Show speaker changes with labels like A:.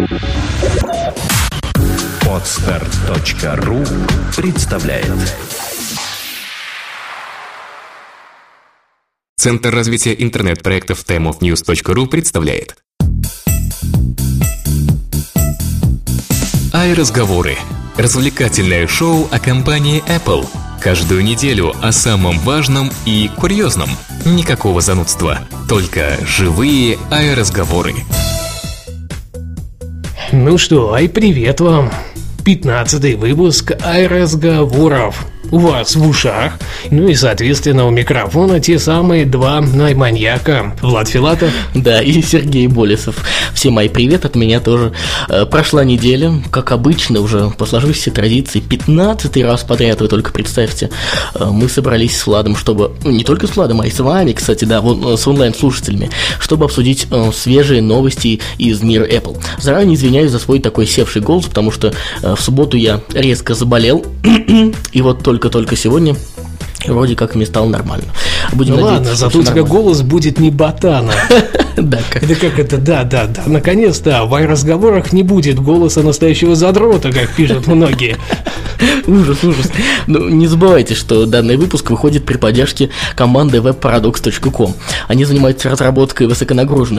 A: Podstart.ru представляет.
B: Центр развития интернет-проектов timeofnews.ru представляет. iRazговоры. Развлекательное шоу о компании Apple. Каждую неделю о самом важном и курьезном. Никакого занудства. Только живые iRazговоры.
C: Ну что, привет вам. 15-й выпуск iRazговоров. У вас в ушах. Ну и, соответственно, у микрофона те самые два маньяка. Влад Филатов.
D: Да, и Сергей Болесов. Всем мои привет, от меня тоже. Прошла неделя, как обычно, уже по сложившейся традиции, 15-й раз подряд, вы только представьте, мы собрались с Владом, чтобы, не только с Владом, а и с вами, кстати, да, вот с онлайн-слушателями, чтобы обсудить свежие новости из мира Apple. Заранее извиняюсь за свой такой севший голос, потому что в субботу я резко заболел, и вот только сегодня вроде как мне стало нормально. Будем надеяться,
C: ладно, зато у тебя голос будет не ботана.
D: Да,
C: это как это, да. Наконец-то в iRazговорах не будет голоса настоящего задрота, как пишут многие.
D: Ужас. Ну, не забывайте, что данный выпуск выходит при поддержке команды webparadox.com. Они занимаются разработкой высоконагруженных